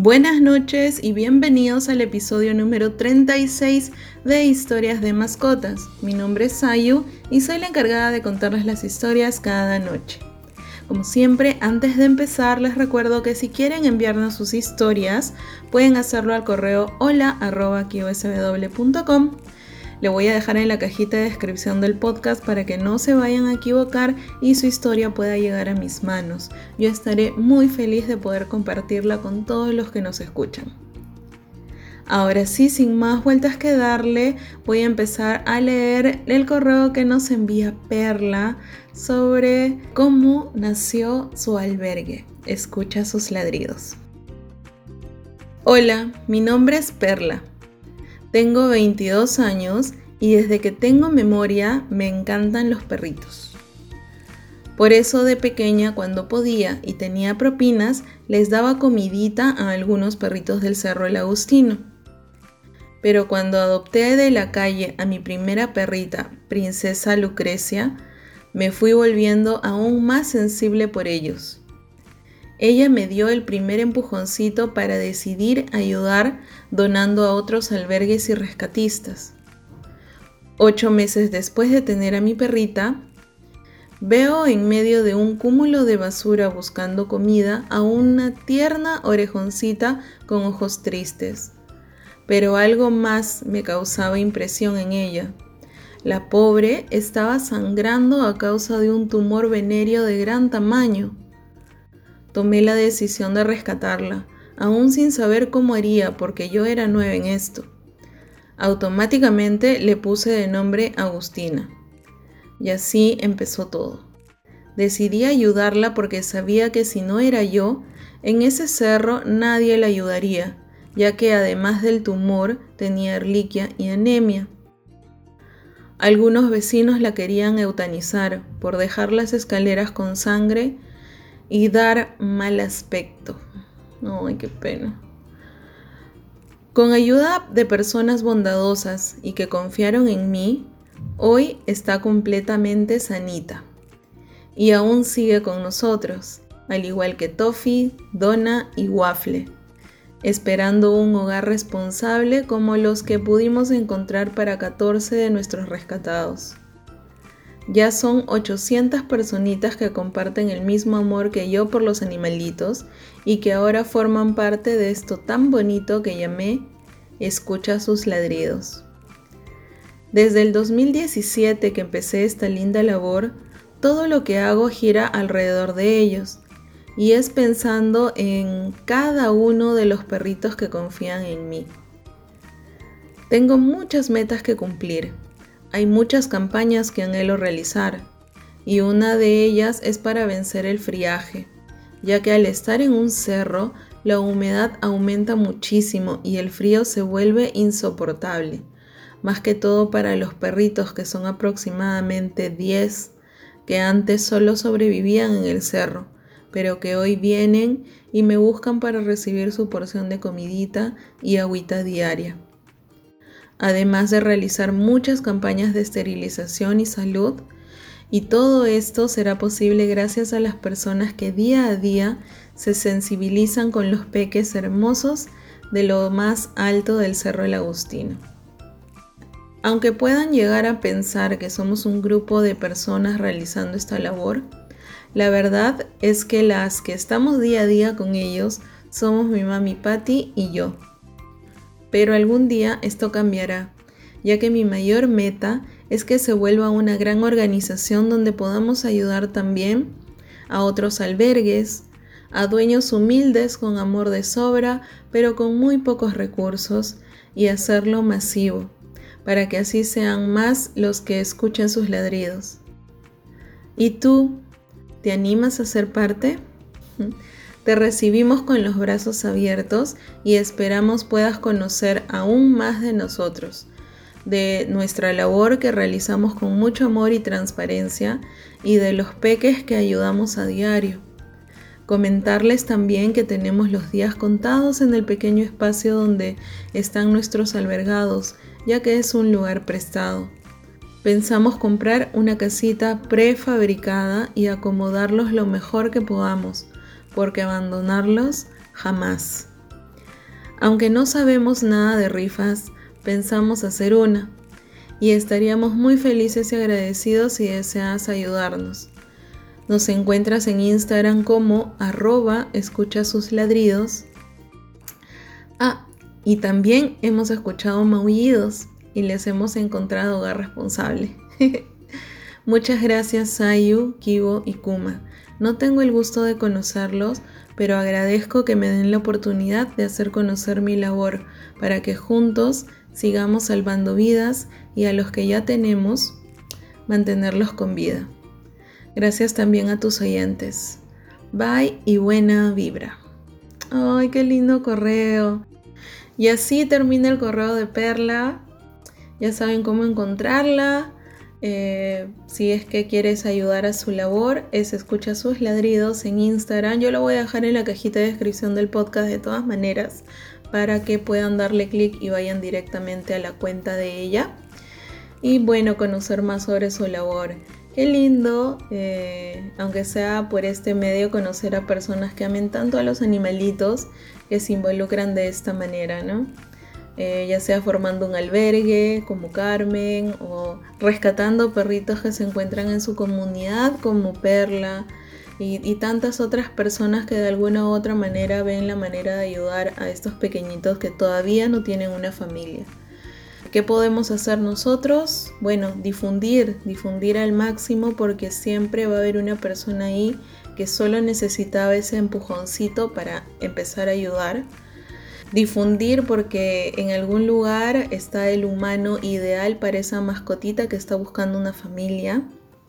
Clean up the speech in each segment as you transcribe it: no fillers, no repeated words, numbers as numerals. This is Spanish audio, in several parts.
Buenas noches y bienvenidos al episodio número 36 de Historias de Mascotas. Mi nombre es Sayu y soy la encargada de contarles las historias cada noche. Como siempre, antes de empezar, les recuerdo que si quieren enviarnos sus historias, pueden hacerlo al correo hola@qsw.com. Le voy a dejar en la cajita de descripción del podcast para que no se vayan a equivocar y su historia pueda llegar a mis manos. Yo estaré muy feliz de poder compartirla con todos los que nos escuchan. Ahora sí, sin más vueltas que darle, voy a empezar a leer el correo que nos envía Perla sobre cómo nació su albergue. Escucha sus ladridos. Hola, mi nombre es Perla. Tengo 22 años y desde que tengo memoria me encantan los perritos. Por eso de pequeña, cuando podía y tenía propinas, les daba comidita a algunos perritos del Cerro El Agustino. Pero cuando adopté de la calle a mi primera perrita, Princesa Lucrecia, me fui volviendo aún más sensible por ellos. Ella me dio el primer empujoncito para decidir ayudar donando a otros albergues y rescatistas. 8 meses después de tener a mi perrita, veo en medio de un cúmulo de basura buscando comida a una tierna orejoncita con ojos tristes. Pero algo más me causaba impresión en ella. La pobre estaba sangrando a causa de un tumor venéreo de gran tamaño. Tomé la decisión de rescatarla, aún sin saber cómo haría porque yo era nueva en esto. Automáticamente le puse de nombre Agustina. Y así empezó todo. Decidí ayudarla porque sabía que si no era yo, en ese cerro nadie la ayudaría, ya que además del tumor tenía erliquia y anemia. Algunos vecinos la querían eutanizar por dejar las escaleras con sangre y dar mal aspecto. Ay, qué pena. Con ayuda de personas bondadosas y que confiaron en mí, hoy está completamente sanita. Y aún sigue con nosotros, al igual que Toffee, Donna y Waffle, esperando un hogar responsable como los que pudimos encontrar para 14 de nuestros rescatados. Ya son 800 personitas que comparten el mismo amor que yo por los animalitos y que ahora forman parte de esto tan bonito que llamé Escucha sus ladridos. Desde el 2017 que empecé esta linda labor, todo lo que hago gira alrededor de ellos y es pensando en cada uno de los perritos que confían en mí. Tengo muchas metas que cumplir. Hay muchas campañas que anhelo realizar y una de ellas es para vencer el friaje, ya que al estar en un cerro la humedad aumenta muchísimo y el frío se vuelve insoportable, más que todo para los perritos que son aproximadamente 10 que antes solo sobrevivían en el cerro, pero que hoy vienen y me buscan para recibir su porción de comidita y agüita diaria. Además de realizar muchas campañas de esterilización y salud, y todo esto será posible gracias a las personas que día a día se sensibilizan con los peques hermosos de lo más alto del Cerro El Agustino. Aunque puedan llegar a pensar que somos un grupo de personas realizando esta labor, la verdad es que las que estamos día a día con ellos somos mi mami Patty y yo. Pero algún día esto cambiará, ya que mi mayor meta es que se vuelva una gran organización donde podamos ayudar también a otros albergues, a dueños humildes con amor de sobra, pero con muy pocos recursos, y hacerlo masivo, para que así sean más los que escuchen sus ladridos. ¿Y tú? ¿Te animas a ser parte? Te recibimos con los brazos abiertos y esperamos puedas conocer aún más de nosotros, de nuestra labor que realizamos con mucho amor y transparencia y de los peques que ayudamos a diario. Comentarles también que tenemos los días contados en el pequeño espacio donde están nuestros albergados, ya que es un lugar prestado. Pensamos comprar una casita prefabricada y acomodarlos lo mejor que podamos, porque abandonarlos jamás. Aunque no sabemos nada de rifas, pensamos hacer una y estaríamos muy felices y agradecidos si deseas ayudarnos. Nos encuentras en Instagram como @escuchasusladridos. Y también hemos escuchado maullidos y les hemos encontrado hogar responsable. Muchas gracias Sayu, Kibo y Kuma. No tengo el gusto de conocerlos, pero agradezco que me den la oportunidad de hacer conocer mi labor para que juntos sigamos salvando vidas y a los que ya tenemos, mantenerlos con vida. Gracias también a tus oyentes. Bye y buena vibra. ¡Ay, qué lindo correo! Y así termina el correo de Perla. Ya saben cómo encontrarla. Si es que quieres ayudar a su labor, escucha sus ladridos en Instagram. Yo lo voy a dejar en la cajita de descripción del podcast de todas maneras, para que puedan darle clic y vayan directamente a la cuenta de ella. Y bueno, conocer más sobre su labor. Qué lindo, aunque sea por este medio, conocer a personas que amen tanto a los animalitos, que se involucran de esta manera, ¿no? Ya sea formando un albergue como Carmen o rescatando perritos que se encuentran en su comunidad como Perla y tantas otras personas que de alguna u otra manera ven la manera de ayudar a estos pequeñitos que todavía no tienen una familia. ¿Qué podemos hacer nosotros? Bueno, difundir al máximo, porque siempre va a haber una persona ahí que solo necesitaba ese empujoncito para empezar a ayudar. Difundir porque en algún lugar está el humano ideal para esa mascotita que está buscando una familia.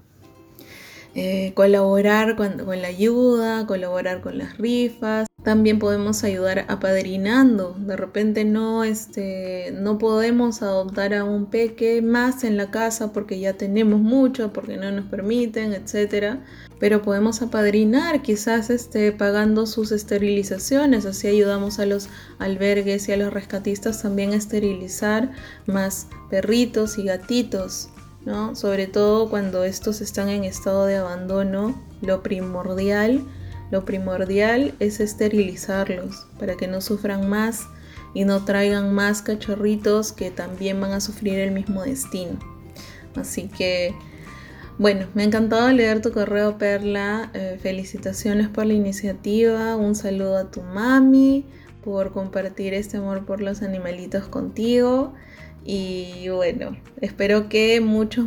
Colaborar con la ayuda, colaborar con las rifas. También podemos ayudar apadrinando. De repente no podemos adoptar a un peque más en la casa porque ya tenemos mucho, porque no nos permiten, etc. Pero podemos apadrinar, quizás pagando sus esterilizaciones. Así ayudamos a los albergues y a los rescatistas también a esterilizar más perritos y gatitos, ¿no? Sobre todo cuando estos están en estado de abandono, lo primordial es esterilizarlos para que no sufran más y no traigan más cachorritos que también van a sufrir el mismo destino. Así que, bueno, me ha encantado leer tu correo, Perla. Felicitaciones por la iniciativa. Un saludo a tu mami por compartir este amor por los animalitos contigo. Y bueno, espero que muchos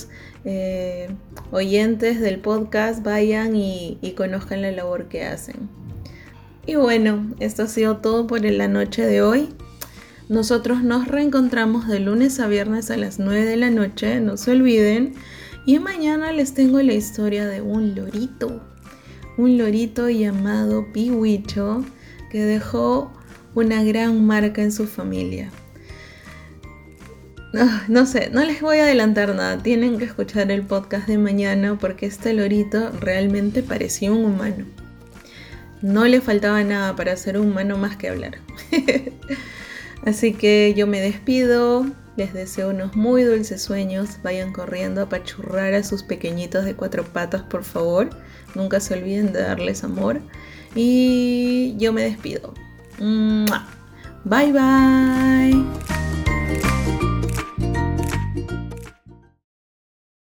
oyentes del podcast vayan y conozcan la labor que hacen. Y bueno, esto ha sido todo por la noche de hoy. Nosotros nos reencontramos de lunes a viernes a las 9 de la noche, no se olviden. Y mañana les tengo la historia de un lorito llamado Pihuicho, que dejó una gran marca en su familia. No sé, no les voy a adelantar nada, tienen que escuchar el podcast de mañana porque este lorito realmente parecía un humano. No le faltaba nada para ser un humano más que hablar. Así que yo me despido, les deseo unos muy dulces sueños, vayan corriendo a apachurrar a sus pequeñitos de 4 patas, por favor. Nunca se olviden de darles amor. Y yo me despido. ¡Mua! Bye bye.